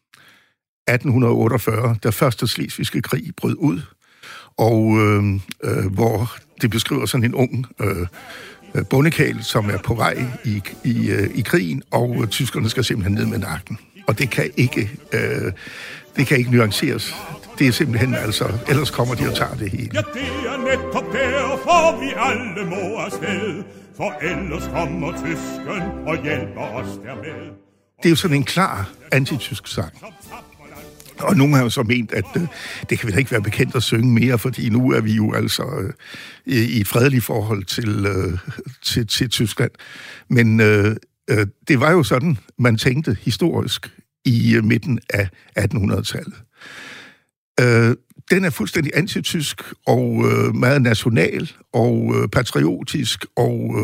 1848, da første slesvigske krig brød ud, og hvor det beskriver sådan en ung bondekarl, som er på vej i krigen, og tyskerne skal simpelthen ned med nakken. Og det kan ikke nuanceres. Det er simpelthen altså, ellers kommer de og tager det hele. Ja, det er netop derfor, vi alle må afsted, for ellers kommer tysken og hjælper os dermed. Det er jo sådan en klar antitysk sang. Og nogle har jo så ment, at det kan vi da ikke være bekendt at synge mere, fordi nu er vi jo altså i et fredeligt forhold til Tyskland. Men det var jo sådan, man tænkte historisk i midten af 1800-tallet. Den er fuldstændig antitysk og meget national og patriotisk og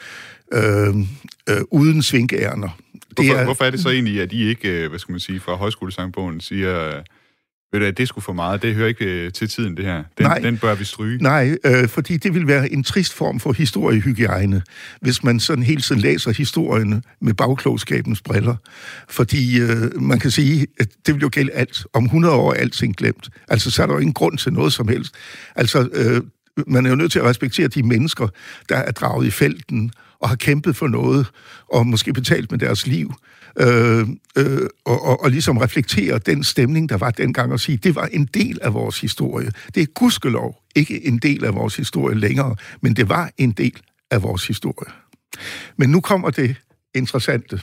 uden svinkeærner. Hvorfor er det så egentlig, at I ikke, hvad skal man sige, fra højskolesangbogen siger, at det skulle for meget, det hører ikke til tiden, det her. Den bør vi stryge. Nej, fordi det vil være en trist form for historiehygiejne, hvis man sådan hele tiden læser historien med bagklogskabens briller. Fordi man kan sige, at det vil jo gælde alt. Om 100 år er alting glemt. Altså, så er der jo ingen grund til noget som helst. Altså, man er jo nødt til at respektere de mennesker, der er draget i felten og har kæmpet for noget, og måske betalt med deres liv, og ligesom reflektere den stemning, der var dengang, og sige, det var en del af vores historie. Det er gudskelov ikke en del af vores historie længere, men det var en del af vores historie. Men nu kommer det interessante.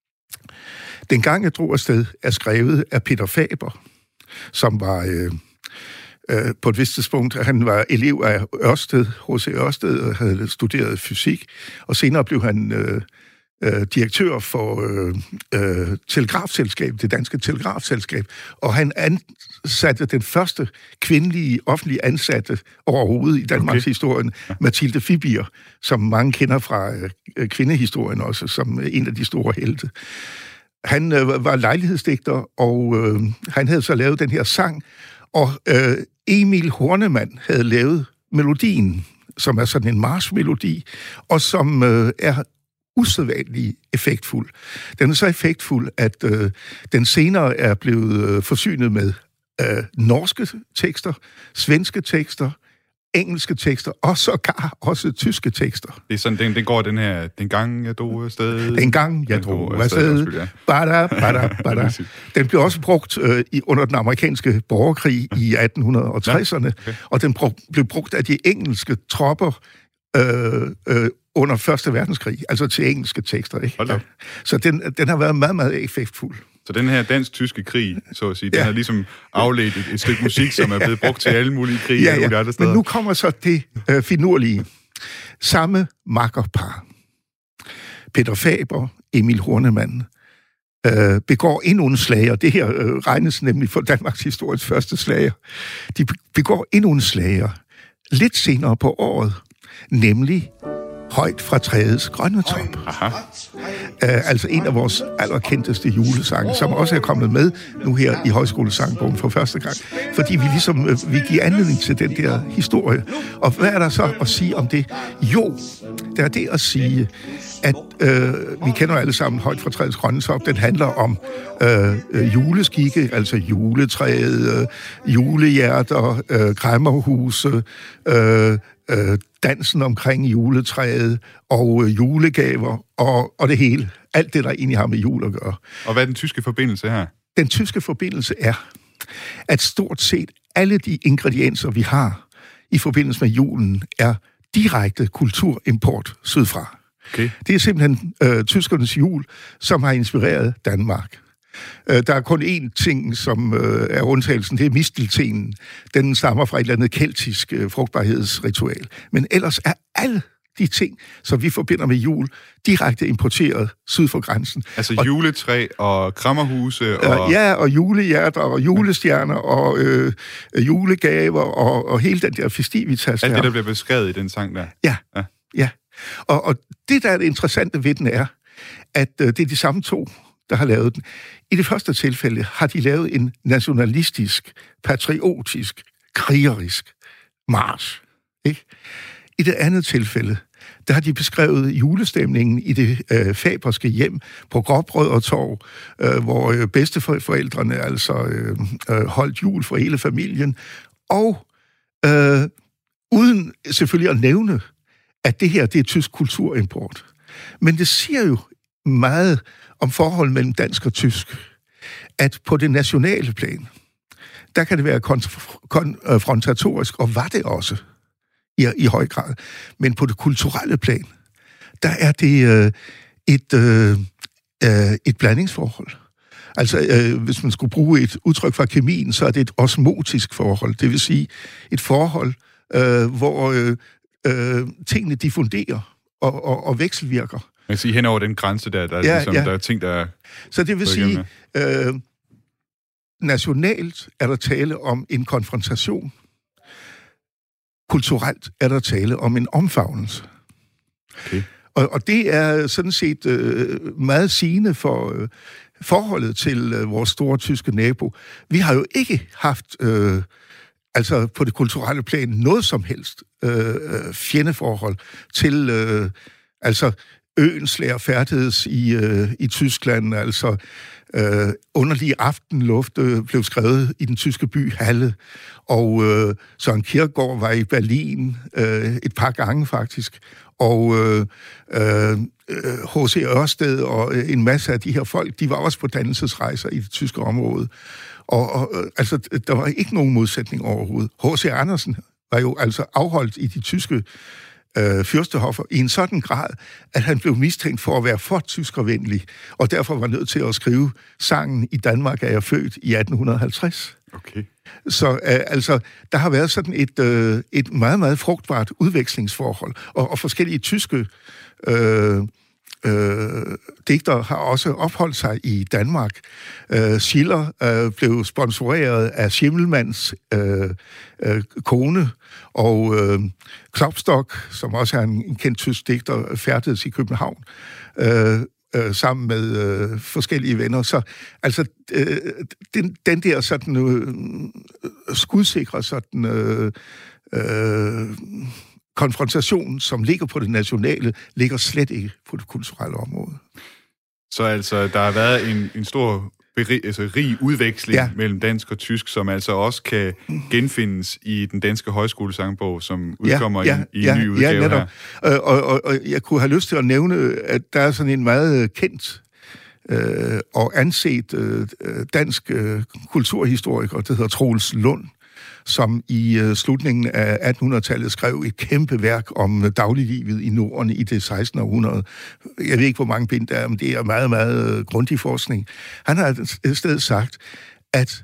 Den gang jeg drog afsted er skrevet af Peter Faber, som var på et vist tidspunkt, han var elev af Ørsted, H.C. Ørsted, og havde studeret fysik, og senere blev han direktør for Telegrafselskabet, det danske Telegrafselskab, og han ansatte den første kvindelige offentlige ansatte overhovedet i Danmarks historien, Mathilde Fibiger, som mange kender fra kvindehistorien også, som en af de store helte. Han var lejlighedsdigter, og han havde så lavet den her sang, og Emil Horneman havde lavet melodien, som er sådan en marchmelodi, og som er usædvanligt effektfuld. Den er så effektfuld, at den senere er blevet forsynet med norske tekster, svenske tekster, engelske tekster, og sågar også tyske tekster. Det er sådan, den går den her, den gang jeg drog afsted. Den gang jeg drog afsted. Bada. Den blev også brugt under den amerikanske borgerkrig i 1860'erne, og den blev brugt af de engelske tropper under 1. verdenskrig, altså til engelske tekster, ikke? Ja. Så den har været meget, meget effektfuld. Så den her dansk-tyske krig, så at sige, den har ligesom afledt et stykke musik, som er blevet brugt til alle mulige krige og andre steder. Men nu kommer så det finurlige. Samme makkerpar, Peter Faber, Emil Horneman, begår endnu en slager. Det her regnes nemlig for Danmarks historiens første slager. De begår endnu en slager lidt senere på året, nemlig Højt fra træets grønne top. Altså en af vores allerkendteste julesange, som også er kommet med nu her i Højskolesangbogen for første gang. Fordi vi ligesom vi giver anledning til den der historie. Og hvad er der så at sige om det? Jo, der er det at sige, at vi kender alle sammen Højt fra træets grønne top. Den handler om juleskikke, altså juletræet, julehjerter, kræmmerhuse, dansen omkring juletræet og julegaver og det hele. Alt det, der egentlig har med jul at gøre. Og hvad er den tyske forbindelse her? Den tyske forbindelse er, at stort set alle de ingredienser, vi har i forbindelse med julen, er direkte kulturimport sydfra. Okay. Det er simpelthen tyskernes jul, som har inspireret Danmark. Der er kun én ting, som er undtagelsen, det er misteltenen. Den stammer fra et eller andet keltisk frugtbarhedsritual. Men ellers er alle de ting, som vi forbinder med jul, direkte importeret syd for grænsen. Altså juletræ og kræmmerhuse og... Ja, og julehjerter og julestjerner og julegaver og hele den der festivitas. Alt det, der bliver beskrevet i den sang der. Ja. Og det, der er det interessante ved den, er, at det er de samme to, der har lavet den. I det første tilfælde har de lavet en nationalistisk, patriotisk, krigerisk march. Ikke? I det andet tilfælde, der har de beskrevet julestemningen i det faberske hjem på Gråbrødretorv, hvor bedsteforældrene altså holdt jul for hele familien, og uden selvfølgelig at nævne, at det her, det er tysk kulturimport. Men det siger jo meget om forholdet mellem dansk og tysk, at på det nationale plan, der kan det være konfrontatorisk, og var det også i høj grad. Men på det kulturelle plan, der er det et blandingsforhold. Altså, hvis man skulle bruge et udtryk fra kemien, så er det et osmotisk forhold. Det vil sige et forhold, hvor tingene diffunderer og vekselvirker. Man kan sige hen over den grænse der, der er ting, der... Så det vil sige, nationalt er der tale om en konfrontation. Kulturelt er der tale om en omfavnelse. Okay. Og det er sådan set meget sigende for forholdet til vores store tyske nabo. Vi har jo ikke haft, altså på det kulturelle plan, noget som helst fjendeforhold til, altså øens lærerfærdighedes i Tyskland, altså Underlige aftenluft blev skrevet i den tyske by Halle, og Søren Kierkegaard var i Berlin et par gange faktisk, og H.C. Ørsted og en masse af de her folk, de var også på dannelsesrejser i det tyske område. Og altså, der var ikke nogen modsætning overhovedet. H.C. Andersen var jo altså afholdt i de tyske fyrstehoffer i en sådan grad, at han blev mistænkt for at være for tyskervenlig, og derfor var nødt til at skrive sangen "I Danmark er jeg født" i 1850. Okay. Så altså, der har været sådan et meget, meget frugtbart udvekslingsforhold, og forskellige tyske digtere har også opholdt sig i Danmark. Schiller blev sponsoreret af Schimmelmanns kone, og Klopstock, som også er en kendt tysk digter, færdedes i København sammen med forskellige venner. Så altså, den der sådan skudsikre sådan konfrontation, som ligger på det nationale, ligger slet ikke på det kulturelle område. Så altså, der har været en stor rig udveksling mellem dansk og tysk, som altså også kan genfindes i den danske højskolesangbog, som udkommer i en ny udgave her. Og jeg kunne have lyst til at nævne, at der er sådan en meget kendt og anset dansk kulturhistoriker, der hedder Troels Lund, som i slutningen af 1800-tallet skrev et kæmpe værk om dagliglivet i Norden i det 16. århundrede. Jeg ved ikke, hvor mange bind der er, men det er meget, meget grundig forskning. Han har et sted sagt, at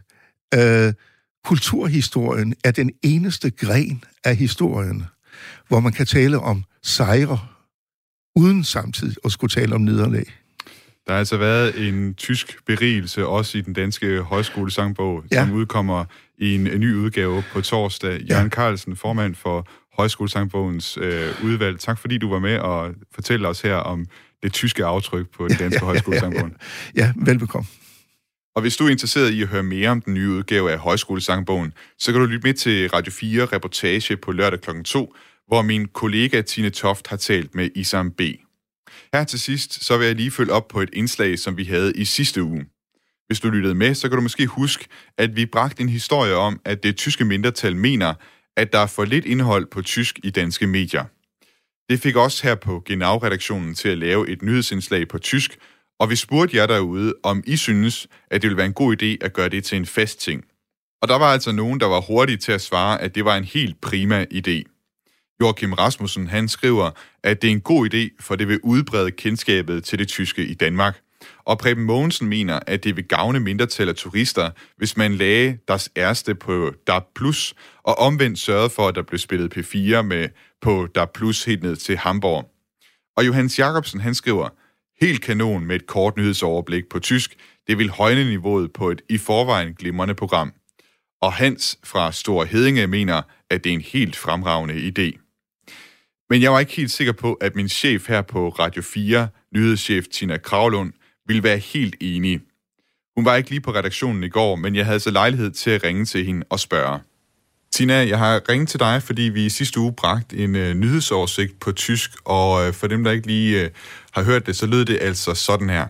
kulturhistorien er den eneste gren af historien, hvor man kan tale om sejre, uden samtidig at skulle tale om nederlag. Der har altså været en tysk berigelse, også i den danske højskolesangbog, som udkommer i en ny udgave på torsdag. Jørgen Carlsen, formand for Højskolesangbogens udvalg. Tak fordi du var med og fortælle os her om det tyske aftryk på den danske højskolesangbog. Ja, velbekomme. Og hvis du er interesseret i at høre mere om den nye udgave af Højskolesangbogen, så kan du lytte med til Radio 4 reportage på lørdag kl. 2, hvor min kollega Tine Toft har talt med Isam B. Her til sidst, så vil jeg lige følge op på et indslag, som vi havde i sidste uge. Hvis du lyttede med, så kan du måske huske, at vi bragte en historie om, at det tyske mindretal mener, at der er for lidt indhold på tysk i danske medier. Det fik os her på Genau-redaktionen til at lave et nyhedsindslag på tysk, og vi spurgte jer derude, om I synes, at det ville være en god idé at gøre det til en fast ting. Og der var altså nogen, der var hurtige til at svare, at det var en helt prima idé. Joachim Rasmussen, han skriver, at det er en god idé, for det vil udbrede kendskabet til det tyske i Danmark. Og Preben Mogensen mener, at det vil gavne mindretal af turister, hvis man lagde Das Erste på DAB+, og omvendt sørgede for, at der blev spillet P4 med på DAB+ helt ned til Hamburg. Og Johannes Jacobsen, han skriver, helt kanon med et kort nyhedsoverblik på tysk, det vil højne niveauet på et i forvejen glimrende program. Og Hans fra Store Heddinge mener, at det er en helt fremragende idé. Men jeg var ikke helt sikker på, at min chef her på Radio 4, nyhedschef Tina Kravlund, ville være helt enig. Hun var ikke lige på redaktionen i går, men jeg havde så lejlighed til at ringe til hende og spørge. Tina, jeg har ringet til dig, fordi vi i sidste uge bragte en nyhedsoversigt på tysk, og for dem, der ikke lige har hørt det, så lød det altså sådan her.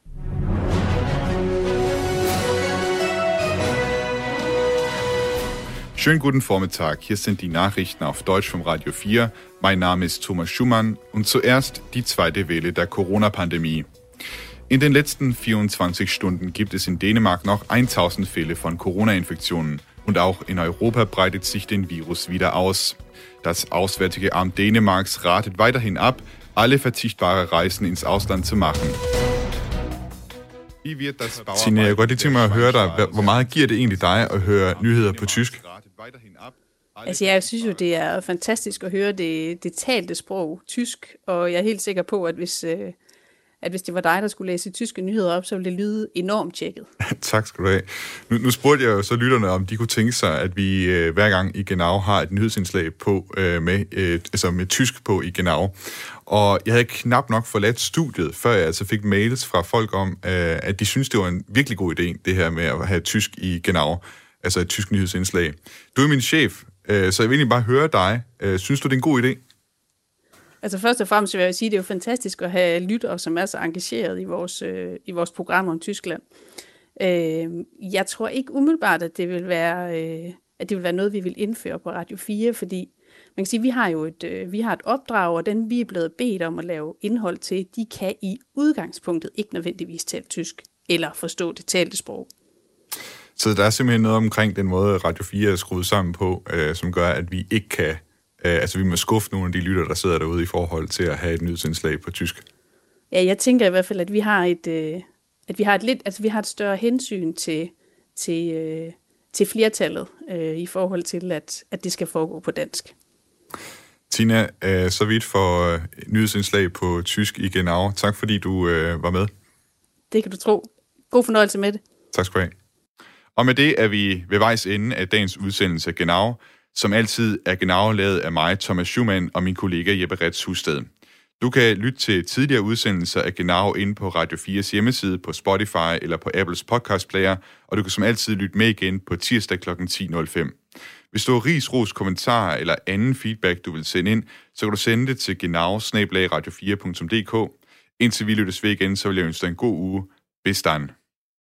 Schönen guten Vormittag, hier sind die Nachrichten auf Deutsch vom Radio 4. Mein Name ist Thomas Schumann und zuerst die zweite Welle der Corona-Pandemie. In den letzten 24 Stunden gibt es in Dänemark noch 1000 Fälle von Corona-Infektionen und auch in Europa breitet sich den Virus wieder aus. Das Auswärtige Amt Dänemarks ratet weiterhin ab, alle verzichtbare Reisen ins Ausland zu machen. Tine, jeg kunne godt lige tænke mig at høre dig. Hvor meget giver det egentlig dig at høre nyheder på tysk? Altså, jeg synes jo, det er fantastisk at høre det talte sprog, tysk, og jeg er helt sikker på, at hvis det var dig, der skulle læse tyske nyheder op, så ville det lyde enormt tjekket. Tak skal du have. Nu spurgte jeg jo så lytterne, om de kunne tænke sig, at vi hver gang i Genau har et nyhedsindslag på med tysk på i Genau. Og jeg havde knap nok forladt studiet, før jeg altså fik mails fra folk om, at de synes det var en virkelig god idé, det her med at have tysk i Genau, altså et tysk nyhedsindslag. Du er min chef, så jeg vil egentlig bare høre dig. Synes du, det er en god idé? Altså først og fremmest vil jeg sige, at det er jo fantastisk at have lyttere, som er så engageret i vores program om Tyskland. Jeg tror ikke umiddelbart, at det vil være noget, vi vil indføre på Radio 4, fordi man kan sige, at vi har et opdrag, og den vi er blevet bedt om at lave indhold til, de kan i udgangspunktet ikke nødvendigvis tale tysk eller forstå det talte sprog. Så der er simpelthen noget omkring den måde, Radio 4 er skruet sammen på, som gør, at vi ikke kan... vi må skuffe nogle af de lytter, der sidder derude i forhold til at have et nyhedsindslag på tysk. Ja, jeg tænker i hvert fald, at vi har et større hensyn til flertallet i forhold til, at det skal foregå på dansk. Tina, så vidt for nyhedsindslag på tysk i Genau. Tak fordi du var med. Det kan du tro. God fornøjelse med det. Tak skal du have. Og med det er vi ved vejs ende af dagens udsendelse af Genau. Som altid er Genau lavet af mig, Thomas Schumann, og min kollega Jeppe Retz Husted. Du kan lytte til tidligere udsendelser af Genau inde på Radio 4's hjemmeside, på Spotify eller på Apples podcastplayer, og du kan som altid lytte med igen på tirsdag kl. 10.05. Hvis du har ris, ros, kommentarer eller anden feedback, du vil sende ind, så kan du sende det til genau@radio4.dk. Indtil vi lyttes ved igen, så vil jeg ønske dig en god uge. Bis dann.